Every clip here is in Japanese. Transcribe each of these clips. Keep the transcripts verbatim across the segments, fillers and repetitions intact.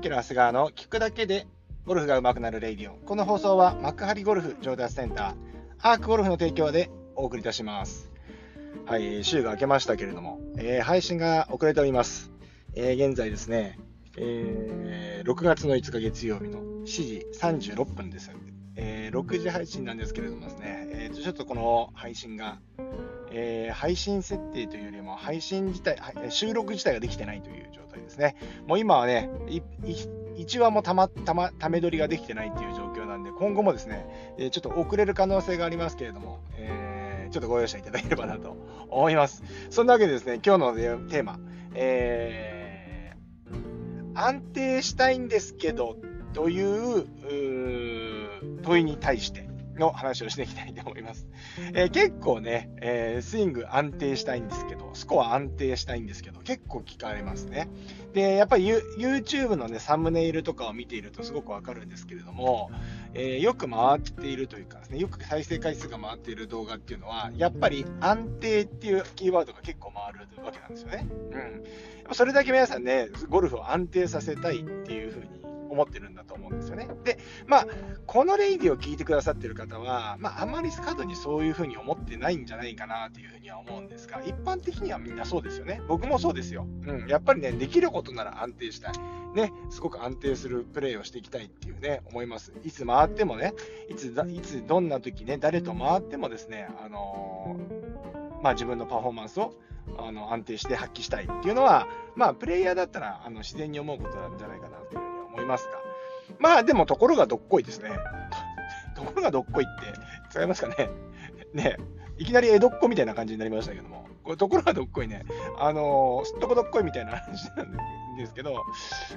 キラ長谷川の聞くだけでゴルフが上手くなるレイディオ。この放送は幕張ゴルフ上達センターアークゴルフの提供でお送りいたします。はい、週が明けましたけれども、えー、配信が遅れております。えー、現在ですね、えー、ろくがつのいつか月曜日のしちじさんじゅうろっぷんです。えー、ろくじ配信なんですけれどもですね、えー、ちょっとこの配信が、えー、配信設定というよりも配信自体、収録自体ができてないという状態ですね。もう今はね、いちわもたまたまため撮りができてないという状況なんで、今後もですね、えー、ちょっと遅れる可能性がありますけれども、えー、ちょっとご容赦いただければなと思います。そんなわけでですね、今日のテーマ、えー、安定したいんですけどという、うー問いに対しての話をしていきたいと思います。えー、結構ね、えー、スイング安定したいんですけど、スコア安定したいんですけど、結構聞かれますね。で、やっぱり YouTube のね、サムネイルとかを見ているとすごくわかるんですけれども、えー、よく回っているというかですね、よく再生回数が回っている動画っていうのは、やっぱり安定っていうキーワードが結構回るわけなんですよね。うん。やっぱそれだけ皆さんね、ゴルフを安定させたいっていうふうに思ってるんだと思うんですよね。で、まあ、このレイディを聞いてくださってる方は、まあ、あまり過度にそういうふうに思ってないんじゃないかなというふうには思うんですが、一般的にはみんなそうですよね。僕もそうですよ。うん。やっぱりね、できることなら安定したい。ね、すごく安定するプレーをしていきたいっていうね、思います。いつ回ってもね、いつ、いつどんな時ね、誰と回ってもですね、あのー、まあ、自分のパフォーマンスをあの安定して発揮したいっていうのは、まあ、プレイヤーだったらあの自然に思うことなんじゃないかなというふうに思いますが、まあでもところがどっこいですね。ところがどっこいって使いますかね。ね、いきなり江戸っ子みたいな感じになりましたけども、これところがどっこいね、あのすっとこどっこいみたいな話なんですけど、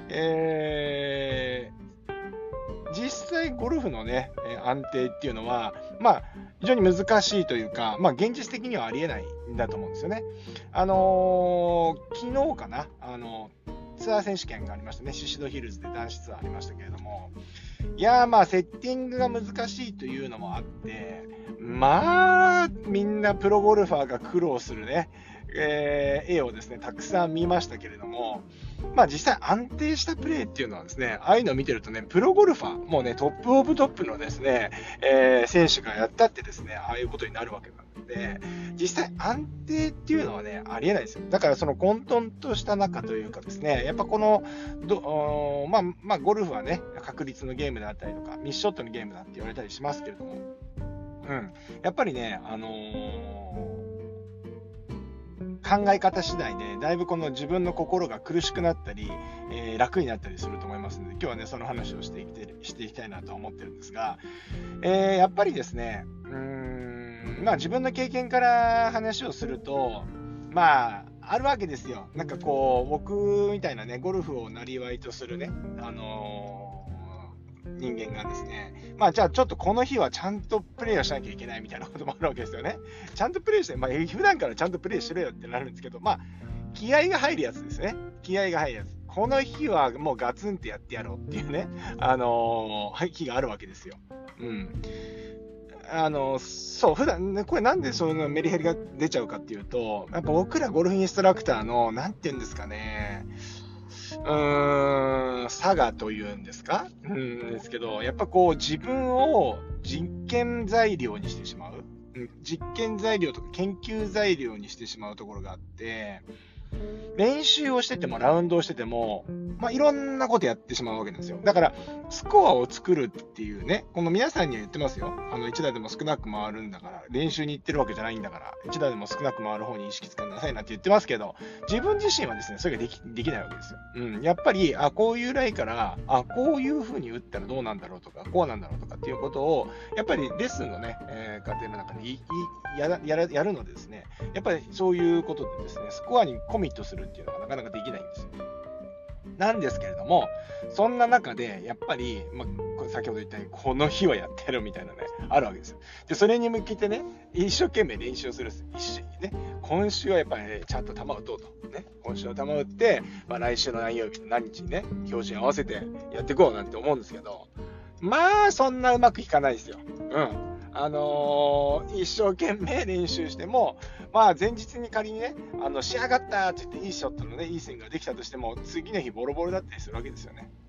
えー、実際ゴルフのね安定っていうのは、まあ非常に難しいというか、まあ現実的にはありえないんだと思うんですよね。あのー、昨日かな、あのツアー選手権がありましたね。シシドヒルズで男子ツアーありましたけれども、いやーまあセッティングが難しいというのもあって、まあみんなプロゴルファーが苦労するね、えー、絵をですねたくさん見ましたけれども、まあ実際安定したプレーっていうのはですね、ああいうのを見てるとね、プロゴルファー、もうねトップオブトップのですね、えー、選手がやったってですね、ああいうことになるわけなので、実際安定っていうのはねありえないですよ。だからその混沌とした中というかですね、やっぱこのどまあまあゴルフはね確率のゲームであったりとかミスショットのゲームだって言われたりしますけれども、うん、やっぱりねあのー考え方次第でだいぶこの自分の心が苦しくなったり、えー、楽になったりすると思いますので、今日はねその話をしていきてしていきたいなと思ってるんですが、えー、やっぱりですね、うーんまあ自分の経験から話をすると、まああるわけですよ。なんかこう僕みたいなねゴルフをなりわいとするね、あのー人間がですね、まあじゃあちょっとこの日はちゃんとプレーをしなきゃいけないみたいなこともあるわけですよね。ちゃんとプレーして、まあ普段からちゃんとプレーしろよってなるんですけど、まあ気合が入るやつですね。気合が入るやつ。この日はもうガツンってやってやろうっていうね、あのー、日があるわけですよ。うん。あのそう普段ね、これなんでそういうのメリヘリが出ちゃうかっていうと、やっぱ僕らゴルフインストラクターのなんていうんですかね、うーん、差がというんですか、うんですけど、やっぱこう自分を実験材料にしてしまう、実験材料とか研究材料にしてしまうところがあって、練習をしててもラウンドをしてても、まあ、いろんなことやってしまうわけなんですよ。だからスコアを作るっていうね、この皆さんには言ってますよ。あのいち打でも少なく回るんだから、練習に行ってるわけじゃないんだから、いち打でも少なく回る方に意識使いなさいなんて言ってますけど、自分自身はですね、それができできないわけですよ。うん、やっぱりあこういうライからあこういう風に打ったらどうなんだろうとか、こうなんだろうとかっていうことをやっぱりレッスンのね、えー、過程の中でいいやらやらやるのでですね、やっぱりそういうことでですね、スコアにコミットするっていうのがなかなかできないんですよ。なんですけれども、そんな中でやっぱり、まあ、先ほど言ったようにこの日はやってやるみたいなねあるわけですよ。でそれに向けてね一生懸命練習をするんです。一緒にね、今週はやっぱり、ね、ちゃんと球を打とうとね、今週の球を打って、まあ、来週の何曜日の何日にね標準合わせてやっていこうなんて思うんですけど、まあそんなうまくいかないですよ。うんあのー、一生懸命練習しても、まあ前日に仮にね、あの仕上がったって言っていいショットのね、いいスイングができたとしても、次の日ボロボロだったりするわけですよね。う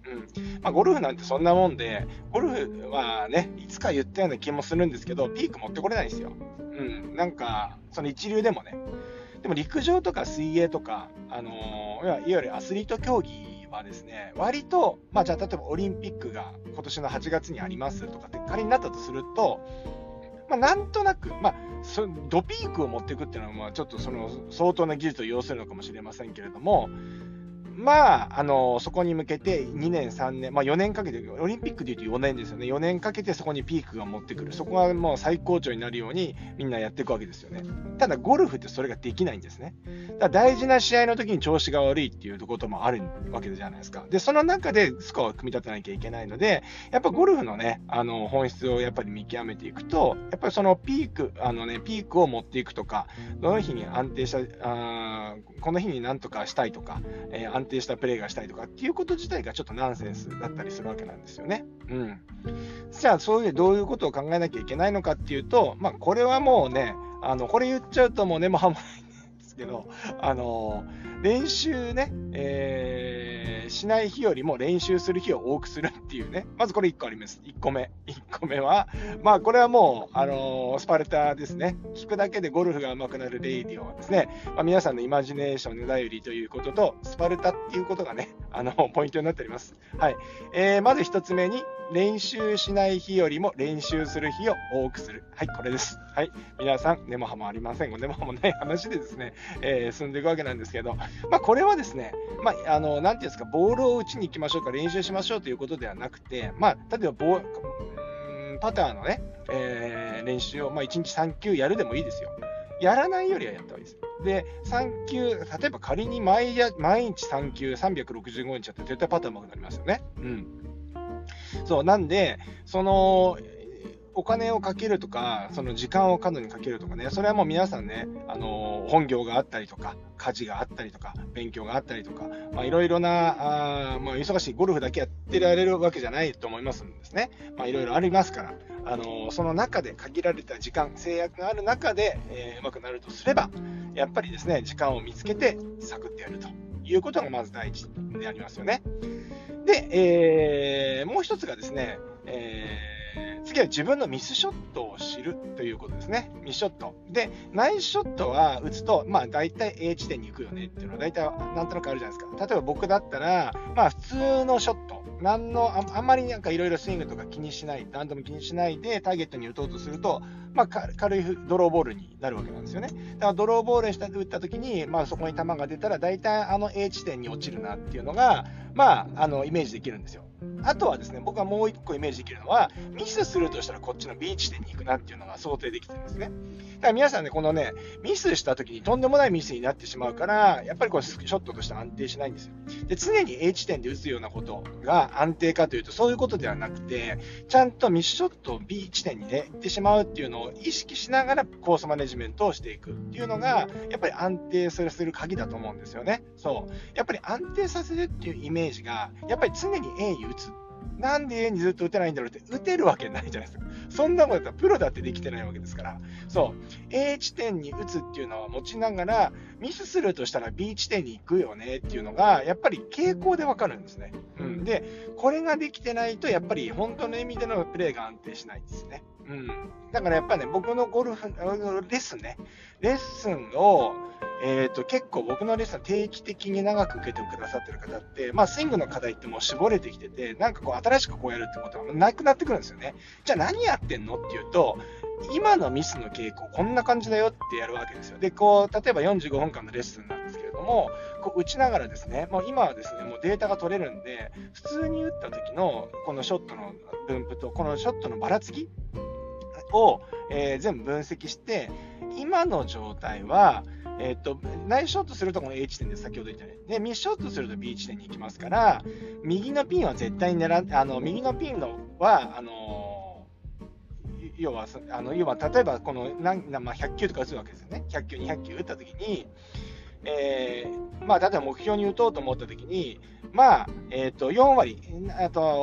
うんまあ、ゴルフなんてそんなもんで、ゴルフはね、いつか言ったような気もするんですけど、ピーク持ってこれないんですよ。うん、なんか、その一流でもね。でも陸上とか水泳とか、あのーいわいわゆるアスリート競技はですね、割と、まあ、じゃあ例えばオリンピックが今年のはちがつにありますとかって仮になったとすると、まあ、なんとなく、まあ、そドピークを持っていくっていうのは、まあちょっとその相当な技術を要するのかもしれませんけれども、まあ、あのそこに向けてにねん、さんねん、まあ、よねんかけて、オリンピックでいうとよねんですよね、よねんかけてそこにピークが持ってくる、そこがもう最高潮になるようにみんなやっていくわけですよね。ただ、ゴルフってそれができないんですね。だから大事な試合の時に調子が悪いっていうこともあるわけじゃないですか。で、その中でスコアを組み立てなきゃいけないので、やっぱゴルフのね、あの本質をやっぱり見極めていくと、やっぱりそのピーク、あのね、ピークを持っていくとか、どの日に安定した、あこの日になんとかしたいとか、えー安定したプレーがしたいとかっていうこと自体がちょっとナンセンスだったりするわけなんですよね。うん。じゃあ、そういうどういうことを考えなきゃいけないのかっていうと、まあ、これはもうね、あの、これ言っちゃうともう根も葉もないんですけど、あの、練習ね、えーしない日よりも練習する日を多くするっていうね、まずこれいっこあります。いっこめ。いっこめは、まあ、これはもう、あのスパルタですね。聞くだけでゴルフが上手くなるレイディオはですね、まあ、皆さんのイマジネーションの頼りということと、スパルタっていうことがね、あの、ポイントになっております。はい。えーまずひとつめに、練習しない日よりも練習する日を多くする。はい、これです。はい。皆さん、根も葉もありません。根も葉もない話でですね、えー進んでいくわけなんですけど、まあ、これはですね、まあ、あの、なんていうんですか、ボールを打ちに行きましょうか、練習しましょうということではなくて、まあ、例えばボー、うーんパターのね、えー練習を、まあ、いちにちさんきゅうやるでもいいですよ。やらないよりはやった方がいいです。で、さんきゅう、例えば仮に毎や毎日さんきゅう、さんびゃくろくじゅうごにちやったら絶対パターン上手くなりますよね。うん。そう、なんで、その、お金をかけるとか、その時間を過度にかけるとかね、それはもう皆さんね、あの本業があったりとか、家事があったりとか、勉強があったりとか、まあ、いろいろな、あーまあ、忙しいゴルフだけやってられるわけじゃないと思いますんですね。まあ、いろいろありますから、あのその中で限られた時間、制約がある中で、えー、うまくなるとすれば、やっぱりですね、時間を見つけて、サクッとやるということがまず第一でありますよね。で、えーもう一つがですね、えー次は自分のミスショットを知るということですね。ミスショット。で、ナイスショットは打つと、まあ大体 A 地点に行くよねっていうのは大体なんとなくあるじゃないですか。例えば僕だったら、まあ普通のショット、なんの、ああんまりなんかいろいろスイングとか気にしない、何度も気にしないでターゲットに打とうとすると、まあ軽いドローボールになるわけなんですよね。だからドローボールに打った時に、まあそこに球が出たら大体あの A 地点に落ちるなっていうのが、まあ、あのイメージできるんですよ。あとはですね、僕はもう一個イメージできるのは、ミスするとしたらこっちの B 地点に行くなっていうのが想定できてるんですね。だから皆さんね、このね、ミスした時にとんでもないミスになってしまうから、やっぱりこれショットとして安定しないんですよ。で、常に A 地点で打つようなことが安定かというと、そういうことではなくて、ちゃんとミスショットを B 地点にね、行ってしまうっていうのを意識しながらコースマネジメントをしていくっていうのが、やっぱり安定する鍵だと思うんですよね。そう。やっぱり安定させるっていうイメージが、やっぱり常に A に打つ。なんで A にずっと打てないんだろうって、打てるわけないじゃないですか。そんなことだったらプロだってできてないわけですから。そう。A 地点に打つっていうのは持ちながら、ミスするとしたら B 地点に行くよねっていうのが、やっぱり傾向でわかるんですね。うん。で、これができてないと、やっぱり本当の意味でのプレーが安定しないんですね。うん。だからやっぱりね、僕のゴルフ、レッスンね、レッスンを、えーと、結構僕のレッスン定期的に長く受けてくださってる方って、まあ、スイングの課題ってもう絞れてきてて、なんかこう新しくこうやるってことはなくなってくるんですよね。じゃあ何やってんのっていうと、今のミスの傾向こんな感じだよってやるわけですよ。で、こう例えばよんじゅうごふんかんのレッスンなんですけれども、こう打ちながらですね、もう今はですね、もうデータが取れるんで、普通に打った時のこのショットの分布とこのショットのばらつきを、えー全部分析して、今の状態はえっと、ナイスショットするとこの A 地点で先ほど言ったように、で、ミスショットすると B 地点に行きますから、右のピンは絶対に狙っあの、右のピンのは、あの要は、あの要は例えばこの何、まあ、ひゃっきゅうとか打つわけですよね。ひゃっきゅう、にひゃっきゅう打った時に、えーまあ、例えば目標に打とうと思った時に、まあ、えっと、よん割、あと、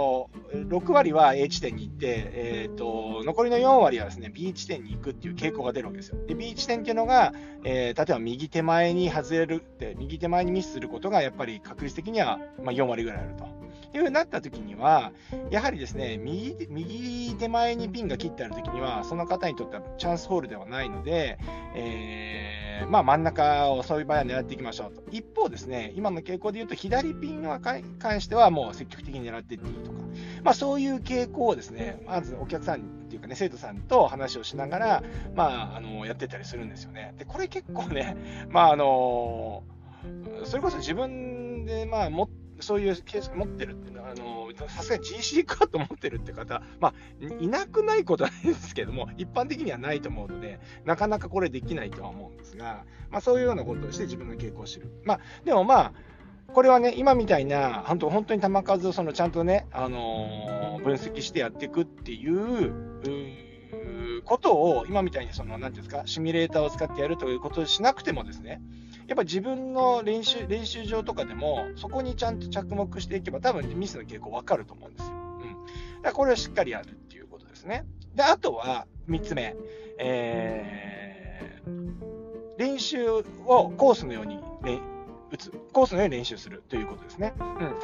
ろく割は A 地点に行って、えー、と残りのよん割はですね B 地点に行くっていう傾向が出るわけですよ。で B 地点っていうのが、えー、例えば右手前に外れるって右手前にミスすることがやっぱり確率的にはまあよん割ぐらいあると。いうふうになった時にはやはりですね 右, 右手前にピンが切ってある時にはその方にとってはチャンスホールではないので、えーまあ、真ん中をそういう場合は狙っていきましょうと。一方ですね今の傾向で言うと左ピンに関してはもう積極的に狙っていっていいとか、まあ、そういう傾向をですねまずお客さんっていうかね生徒さんと話をしながら、まあ、あのやってたりするんですよね。でこれ結構ね、まああのそれこそ自分でまあ持ってそういうケース持ってるっていうのは、あのさすがに ジーシー カード持ってるって方、まあ、いなくないことはないですけども、一般的にはないと思うので、なかなかこれできないとは思うんですが、まあ、そういうようなことをして自分の傾向を知る。まあ、でもまあ、これはね、今みたいな、本当本当に球数をそのちゃんとね、あのー、分析してやっていくっていう、うことを、今みたいにその、なんていうんですか、シミュレーターを使ってやるということをしなくてもですね、やっぱ自分の練習、練習場とかでも、そこにちゃんと着目していけば、多分ミスの傾向分かると思うんですよ。うん。だからこれをしっかりやるっていうことですね。で、あとは、みっつめ、えー、練習をコースのように打つ。コースのように練習するということですね。うん。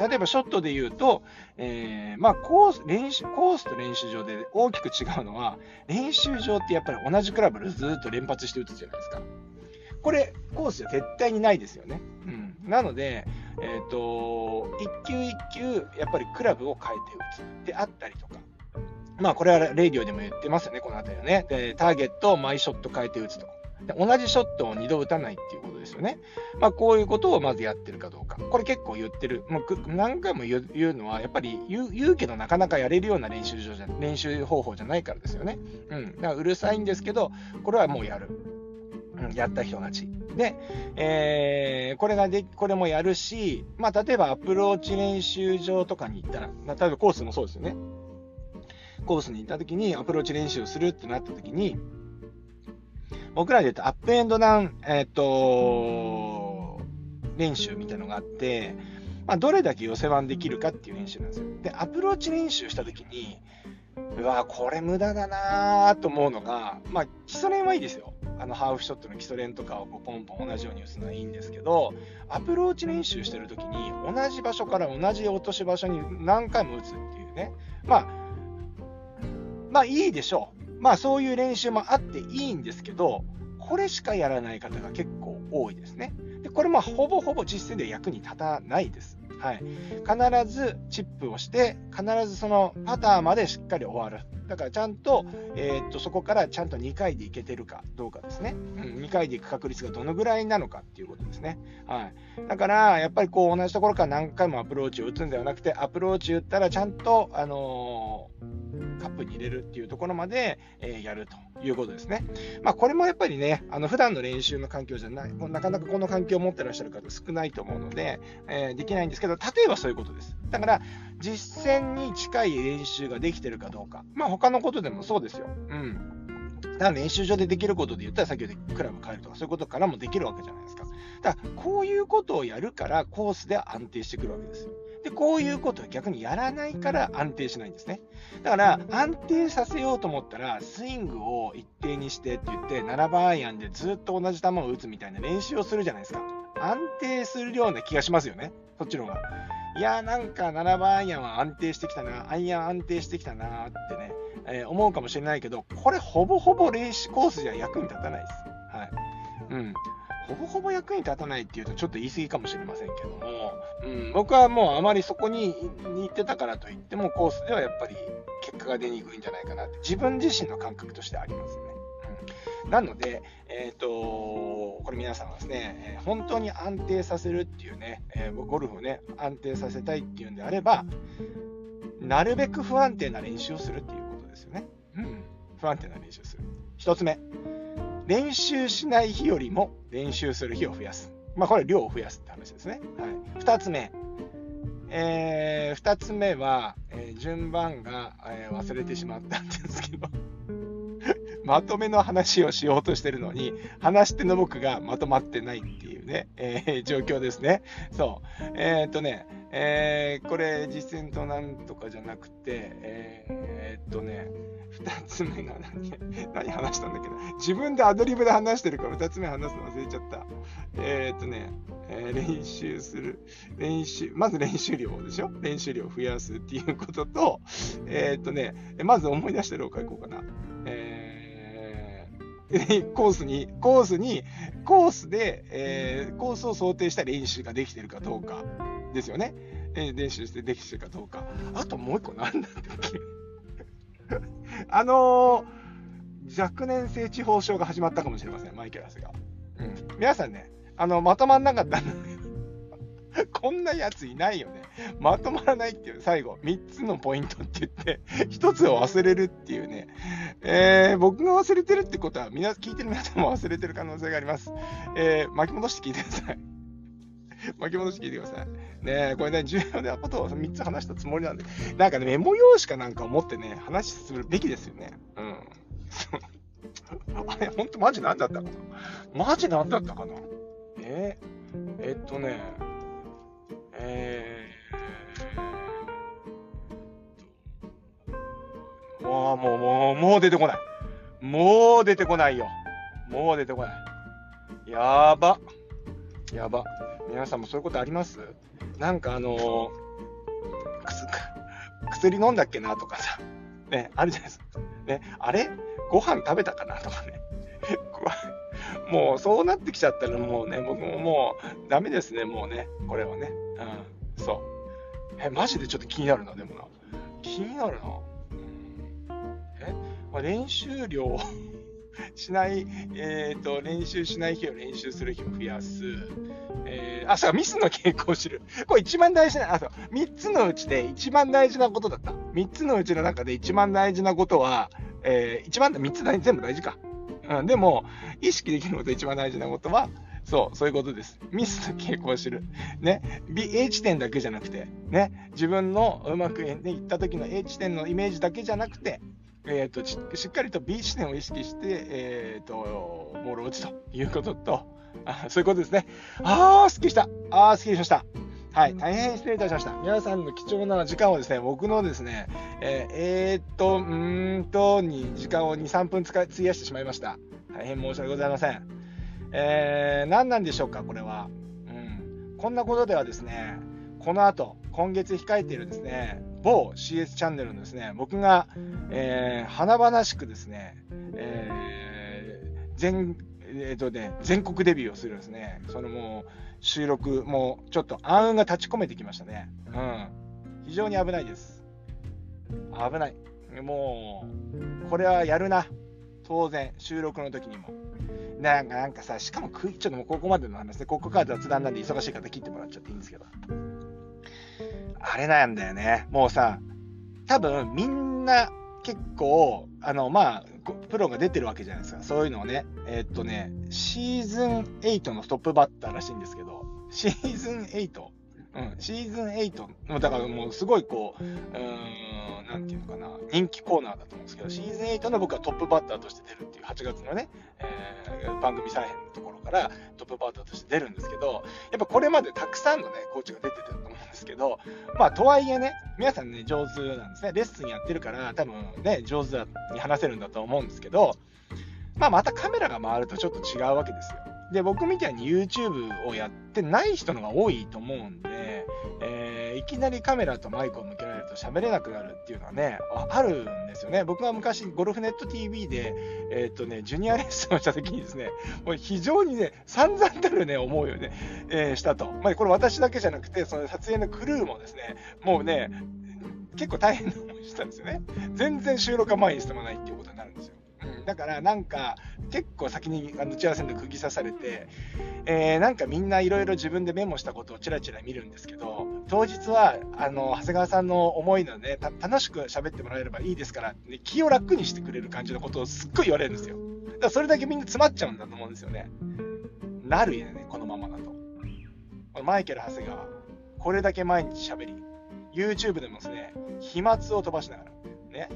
例えば、ショットで言うと、えー、まあ、コース、練習、コースと練習場で大きく違うのは、練習場ってやっぱり同じクラブでずっと連発して打つじゃないですか。これ、コースじゃ絶対にないですよね。うん。なので、えっと、一球一球、やっぱりクラブを変えて打つであったりとか。まあ、これはレイディオでも言ってますよね、このあたりはね。で、ターゲットを毎ショット変えて打つと。で同じショットをにど打たないっていうことですよね。まあ、こういうことをまずやってるかどうか。これ結構言ってる。もう何回も言う言うのは、やっぱり言う、言うけどなかなかやれるような練習場じゃ、練習方法じゃないからですよね。うん。だからうるさいんですけど、これはもうやる。うん、やった人勝ち。で、えー、これがで、これもやるし、まあ、例えばアプローチ練習場とかに行ったら、まあ、例えばコースもそうですよね。コースに行った時にアプローチ練習をするってなった時に、僕らで言うとアップエンドダウン、えっと、練習みたいなのがあって、まあ、どれだけ寄せ腕できるかっていう練習なんですよ。で、アプローチ練習した時に、うわこれ無駄だなーと思うのが、まあ、基礎練はいいですよ。あのハーフショットの基礎練とかをこうポンポン同じように打つのはいいんですけど、アプローチ練習してるときに同じ場所から同じ落とし場所に何回も打つっていうね、まあ、まあいいでしょう。まあそういう練習もあっていいんですけど、これしかやらない方が結構多いですね。でこれもほぼほぼ実践で役に立たないです。はい、必ずチップをして、必ずそのパターまでしっかり終わる。だからちゃんと、えー、っとそこからちゃんとにかいでいけてるかどうかですね。うん、にかいでいく確率がどのぐらいなのかっていうことですね。はい、だからやっぱりこう同じところから何回もアプローチを打つんではなくて、アプローチ打ったらちゃんと、あのー、カップに入れるっていうところまで、えー、やるということですね。まあこれもやっぱりね、あの普段の練習の環境じゃない、もうなかなかこの環境を持ってらっしゃる方少ないと思うので、えー、できないんですけど、例えばそういうことです。だから実践に近い練習ができてるかどうか。まあ他のことでもそうですよ。うん。だから練習場でできることで言ったら、先ほどクラブ変えるとかそういうことからもできるわけじゃないですか。だからこういうことをやるからコースで安定してくるわけですよ。で、こういうことを逆にやらないから安定しないんですね。だから安定させようと思ったらスイングを一定にしてって言ってななばんアイアンでずっと同じ球を打つみたいな練習をするじゃないですか。安定するような気がしますよね。そっちの方が。いやーなんかななばんアイアンは安定してきたな、アイアン安定してきたなってね、えー、思うかもしれないけど、これほぼほぼ練習コースじゃ役に立たないです。はい。うん。ほぼほぼ役に立たないっていうとちょっと言い過ぎかもしれませんけども、うん、僕はもうあまりそこに行ってたからといってもコースではやっぱり結果が出にくいんじゃないかなって自分自身の感覚としてありますよね。うん、なので、えっと、これ皆さんはですね、本当に安定させるっていうね、ゴルフをね、安定させたいっていうんであれば、なるべく不安定な練習をするっていうことですよね。うん、不安定な練習をする。一つ目。練習しない日よりも練習する日を増やす。まあこれ量を増やすって話ですね。はい。二つ目。えー、二つ目は、えー、順番が、えー、忘れてしまったんですけどまとめの話をしようとしてるのに、話し手の僕がまとまってないっていうね、えー、状況ですね。そう。えー、っとね、えー、これ実践となんとかじゃなくて、えー、えー、っとね、二つ目が何、何話したんだっけど、自分でアドリブで話してるから二つ目話すの忘れちゃった。えー、っとね、えー、練習する。練習、まず練習量でしょ？練習量を増やすっていうことと、えー、っとね、まず思い出してるを書こうかな。えー、コースに、コースに、コースで、えー、コースを想定した練習ができてるかどうかですよね。えー、練習してできてるかどうか。あともう一個何なんだっけあのー、若年性地方症が始まったかもしれません、マイケル・ハセが。うん。皆さんね、あの、まとまんなかったんだけど、こんなやついないよね。まとまらないっていう、最後、みっつのポイントって言って、ひとつを忘れるっていうね。えー、僕が忘れてるってことは、みな、聞いてる皆さんも忘れてる可能性があります。えー、巻き戻して聞いてください。巻き戻して聞いてください。ねえ、これね、重要なことをみっつ話したつもりなんで、なんかね、メモ用紙かなんかを持ってね、話するべきですよね。うん。あれ、ほんとマジなんだったかなマジなんだったかなえー、えっとね、えー、もう、もう、もう、もう出てこない。もう出てこないよ。もう出てこない。やば。やば。皆さんもそういうことあります？なんかあのー、薬飲んだっけなとかさ、ね、あるじゃないですか。ね、あれご飯食べたかなとかね。もうそうなってきちゃったらもうね、僕ももうダメですね、もうね、これはね。うん、そう。え、マジでちょっと気になるな、でもな。気になるな。え、まあ、練習量しない、えっ、ー、と、練習しない日を練習する日を増やす。えー、あ、そう、ミスの傾向を知る。これ一番大事な、あ、そう、みっつのうちで一番大事なことだった。みっつのうちの中で一番大事なことは、えー、一番、みっつ大全部大事か。うん、でも、意識できること一番大事なことは、そう、そういうことです。ミスの傾向を知る。ね。B、A 地点だけじゃなくて、ね。自分のうまくいった時の A 地点のイメージだけじゃなくて、えーと、し, しっかりと B 地点を意識して、えーと、ボールを打つということと、あ、そういうことですね。あー、すっきりした。あー、すっきりしました。はい、大変失礼いたしました。皆さんの貴重な時間をですね、僕のですね、えー、えー、っと、うーんと、に時間をに、さんぷん使い費やしてしまいました。大変申し訳ございません。えー、何なんでしょうか、これは。うん。こんなことではですね、この後、今月控えているですね、某 シーエス チャンネルのですね、僕が、えー、華々しくですね、えー、全、えーとね、全国デビューをするですね、そのもう、収録、もうちょっと暗雲が立ち込めてきましたね。うん。非常に危ないです。危ない。もう、これはやるな。当然、収録の時にも。なんか、なんかさ、しかも、ちょっともうここまでの話で、ここから雑談なんで忙しい方切ってもらっちゃっていいんですけど。あれなんだよね。もうさ、多分みんな結構、あの、まあ、プロが出てるわけじゃないですか。そういうのをね。えー、っとね、シーズンエイトのトップバッターらしいんですけど、シーズンエイト、うん、シーズンエイト、だからもうすごいこう、うーん、なんていうのかな、人気コーナーだと思うんですけど、シーズンエイトの僕はトップバッターとして出るっていう、はちがつのね、えー、番組再編のところからトップバッターとして出るんですけど、やっぱこれまでたくさんのね、コーチが出てたと思うんですけど、まあ、とはいえね、皆さんね、上手なんですね。レッスンやってるから、多分ね、上手に話せるんだと思うんですけど、まあ、またカメラが回るとちょっと違うわけですよ。で、僕みたいに YouTube をやってない人のが多いと思うんで、えー、いきなりカメラとマイクを向けられると喋れなくなるっていうのはね、あるんですよね。僕は昔、ゴルフネット ティーブイ で、えー、っとね、ジュニアレッスンをした時にですね、もう非常にね、散々たるね、思うよね、えー、したと。まあ、これ私だけじゃなくて、その撮影のクルーもですね、もうね、結構大変な思いしたんですよね。全然収録が前に進まないっていうことになるんですよ。だからなんか結構先に打ち合わせで釘刺されて、えー、なんかみんないろいろ自分でメモしたことをチラチラ見るんですけど、当日はあの長谷川さんの思いのね、楽しく喋ってもらえればいいですから、ね、気を楽にしてくれる感じのことをすっごい言われるんですよ。だからそれだけみんな詰まっちゃうんだと思うんですよね。なるよね、このままだと。マイケル長谷川、これだけ毎日喋り、YouTube でもですね、飛沫を飛ばしながらね、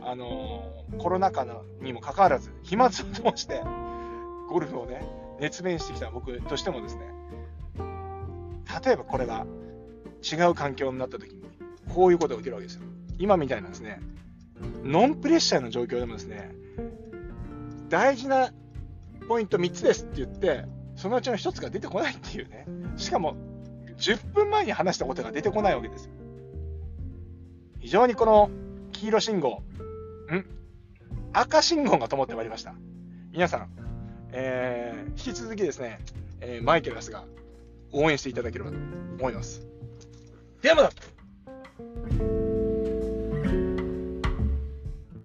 あのー、コロナ禍のにもかかわらず、暇つぶをして、ゴルフをね、熱弁してきた僕としてもですね、例えばこれが違う環境になった時に、こういうことが起きるわけですよ。今みたいなですね、ノンプレッシャーの状況でもですね、大事なポイントみっつですって言って、そのうちのひとつが出てこないっていうね。しかも、じゅっぷんまえに話したことが出てこないわけですよ。非常にこの黄色信号、ん赤信号が灯ってまいりました。皆さん、えー、引き続きですね、えー、マイケルですが、応援していただければと思います。ではまた